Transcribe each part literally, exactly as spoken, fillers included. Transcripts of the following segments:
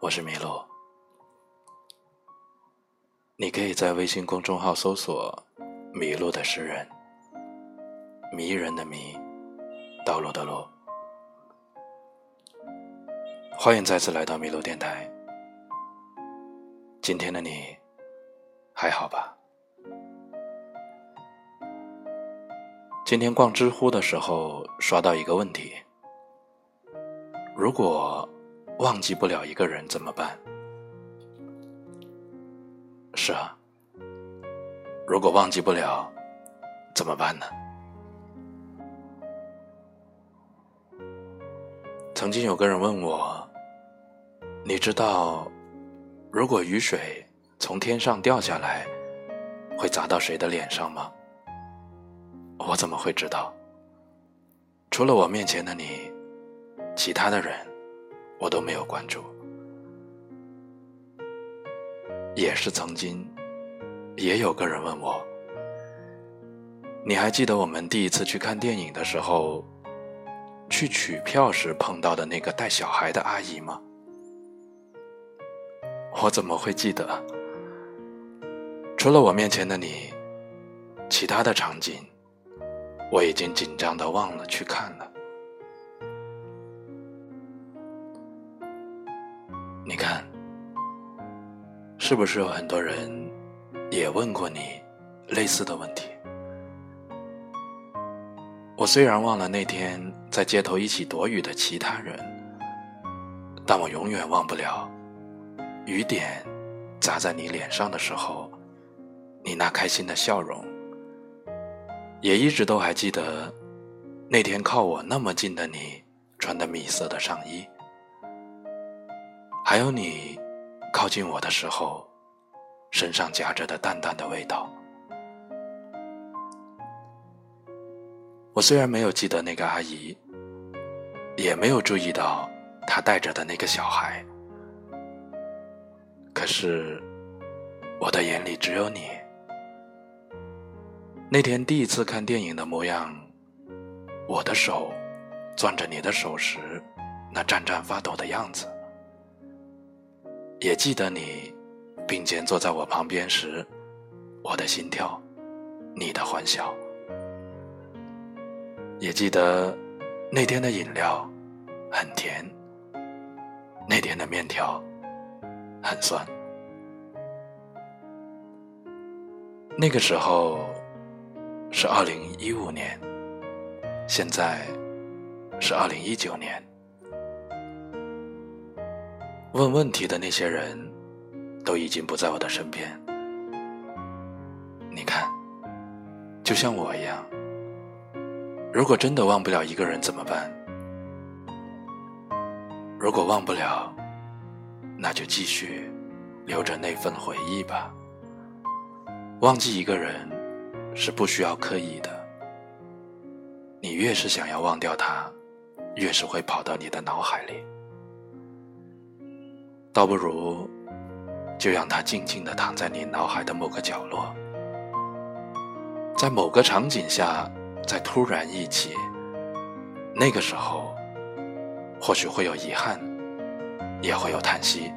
我是麋鹿。你可以在微信公众号搜索麋鹿的诗人，迷人的迷，道路的路。欢迎再次来到麋鹿电台。今天的你还好吧？今天逛知乎的时候刷到一个问题，如果忘记不了一个人怎么办？是啊，如果忘记不了怎么办呢？曾经有个人问我，你知道如果雨水从天上掉下来会砸到谁的脸上吗？我怎么会知道？除了我面前的你，其他的人我都没有关注。也是曾经也有个人问我，你还记得我们第一次去看电影的时候，去取票时碰到的那个带小孩的阿姨吗？我怎么会记得？除了我面前的你，其他的场景我已经紧张地忘了去看了。你看，是不是有很多人也问过你类似的问题？我虽然忘了那天在街头一起躲雨的其他人，但我永远忘不了雨点砸在你脸上的时候，你那开心的笑容。也一直都还记得那天靠我那么近的你穿的米色的上衣，还有你靠近我的时候身上夹着的淡淡的味道。我虽然没有记得那个阿姨，也没有注意到她带着的那个小孩，可是我的眼里只有你。那天第一次看电影的模样，我的手攥着你的手时那颤颤发抖的样子，也记得你并肩坐在我旁边时我的心跳，你的欢笑，也记得那天的饮料很甜，那天的面条很酸。那个时候是二零一五年，现在是二零一九年。问问题的那些人都已经不在我的身边。你看，就像我一样，如果真的忘不了一个人怎么办？如果忘不了，那就继续留着那份回忆吧。忘记一个人是不需要刻意的，你越是想要忘掉他，越是会跑到你的脑海里。倒不如就让他静静地躺在你脑海的某个角落，在某个场景下再突然忆起，那个时候或许会有遗憾，也会有叹息，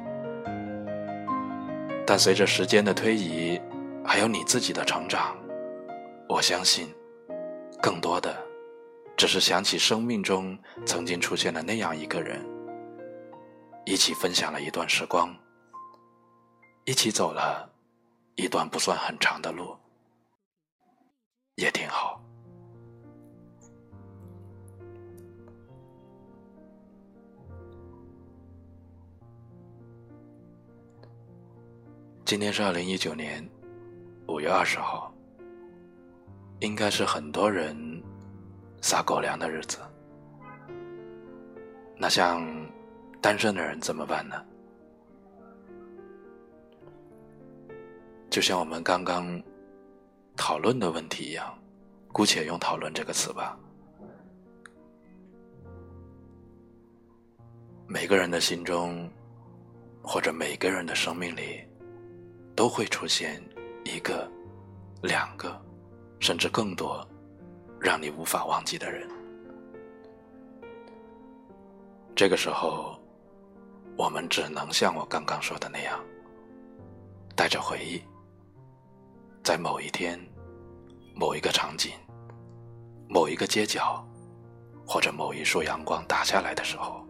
但随着时间的推移，还有你自己的成长，我相信更多的只是想起生命中曾经出现的那样一个人，一起分享了一段时光，一起走了一段不算很长的路，也挺好。今天是二零一九年五月二十号，应该是很多人撒狗粮的日子。那像单身的人怎么办呢？就像我们刚刚讨论的问题一样，姑且用讨论这个词吧。每个人的心中，或者每个人的生命里，都会出现一个、两个，甚至更多让你无法忘记的人。这个时候， 我们只能像我刚刚说的那样，带着回忆，在某一天、某一个场景、某一个街角，或者某一束阳光打下来的时候，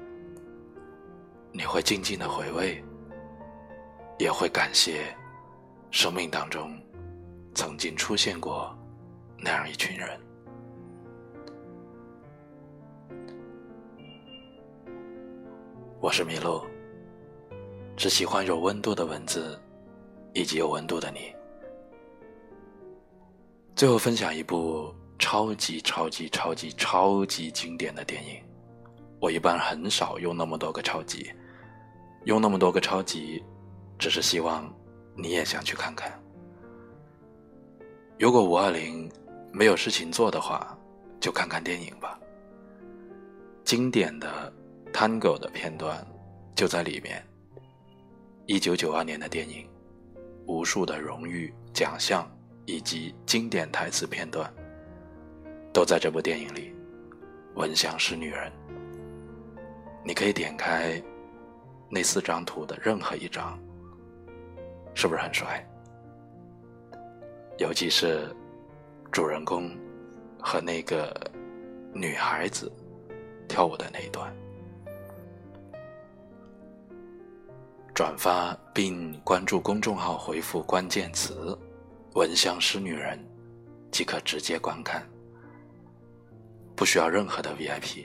你会静静地回味，也会感谢生命当中曾经出现过那样一群人。我是麋鹿，只喜欢有温度的文字以及有温度的你。最后分享一部超级超级超级超级经典的电影。我一般很少用那么多个超级，用那么多个超级只是希望你也想去看看。如果五二零没有事情做的话，就看看电影吧。经典的 Tango 的片段就在里面。一九九二年的电影，无数的荣誉奖项以及经典台词片段都在这部电影里。闻香识女人，你可以点开那四张图的任何一张，是不是很帅？尤其是主人公和那个女孩子跳舞的那一段。转发并关注公众号，回复关键词闻香识女人即可直接观看，不需要任何的 V I P。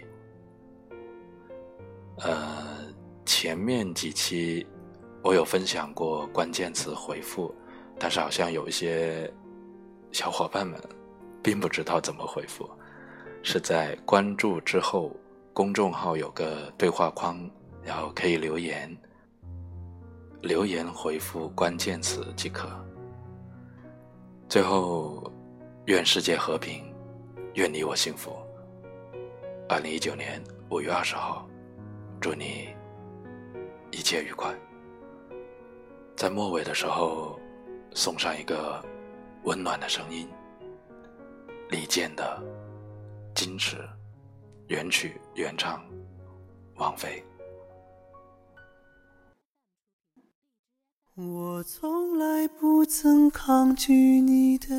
呃，前面几期我有分享过关键词回复，但是好像有一些小伙伴们并不知道怎么回复，是在关注之后公众号有个对话框，然后可以留言，留言回复关键词即可。最后，愿世界和平，愿你我幸福。二零一九年五月二十号，祝你一切愉快。在末尾的时候，送上一个温暖的声音，李健的《矜持》，原曲原唱王菲。 我从来不曾抗拒你的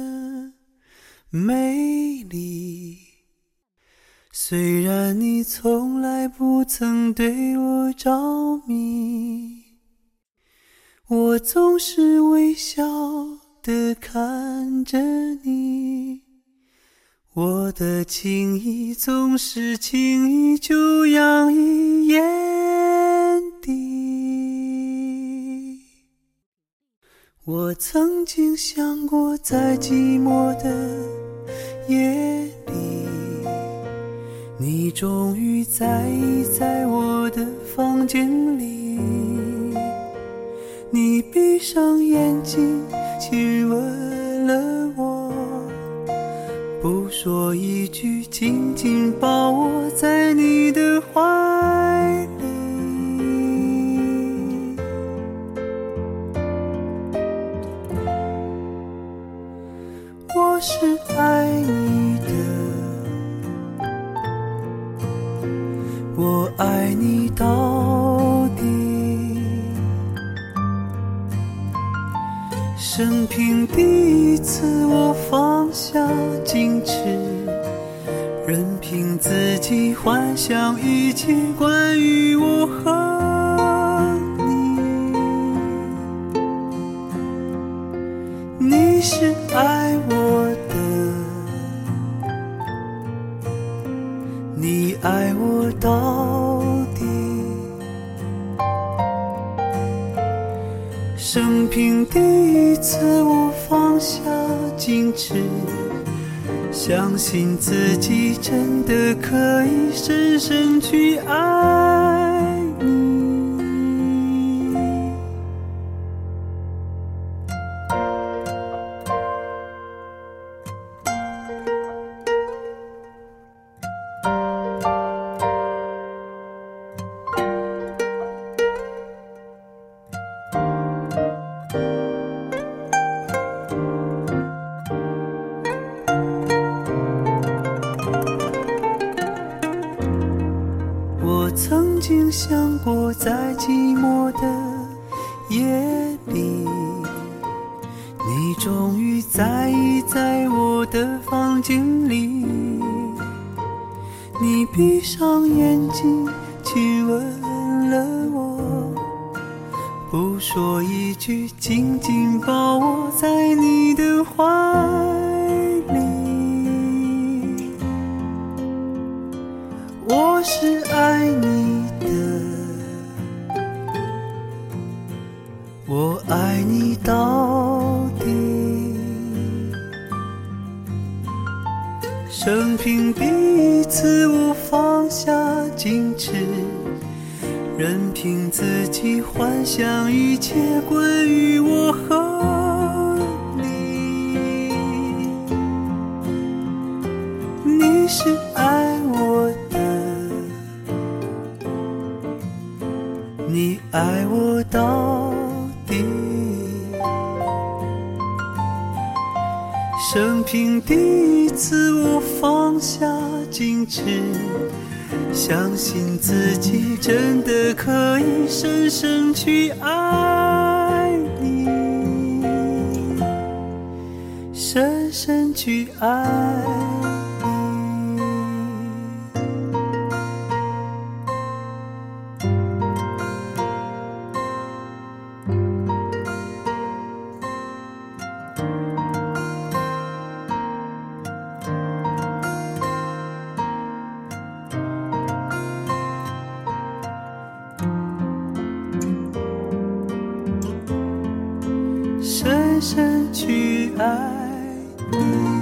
美丽，虽然你从来不曾对我着迷，我总是微笑地看着你，我的情意总是轻易就洋溢眼底。我曾经想过，在寂寞的夜里，你终于在意在我的房间里，你闭上眼睛亲吻了我，不说一句，紧紧抱我在你的怀里。我是爱你的，我爱你到底。生平第一次我放下矜持，任凭自己幻想一切关于我和你。你是爱我的，你爱我到底。生平第一次我放下矜持，相信自己真的可以深深去爱你。我曾经想过在寂寞的夜里，你终于在意在我的房间里，你闭上眼睛亲吻了我，不说一句，紧紧抱我在你的怀里。我是爱你的，我爱你到底。生平第一次我放下矜持，任凭自己幻想一切关于我和你。你是爱我的，你爱我到底。生平第一次我放下矜持，相信自己真的可以深深去爱你，深深去爱你。深深去爱你。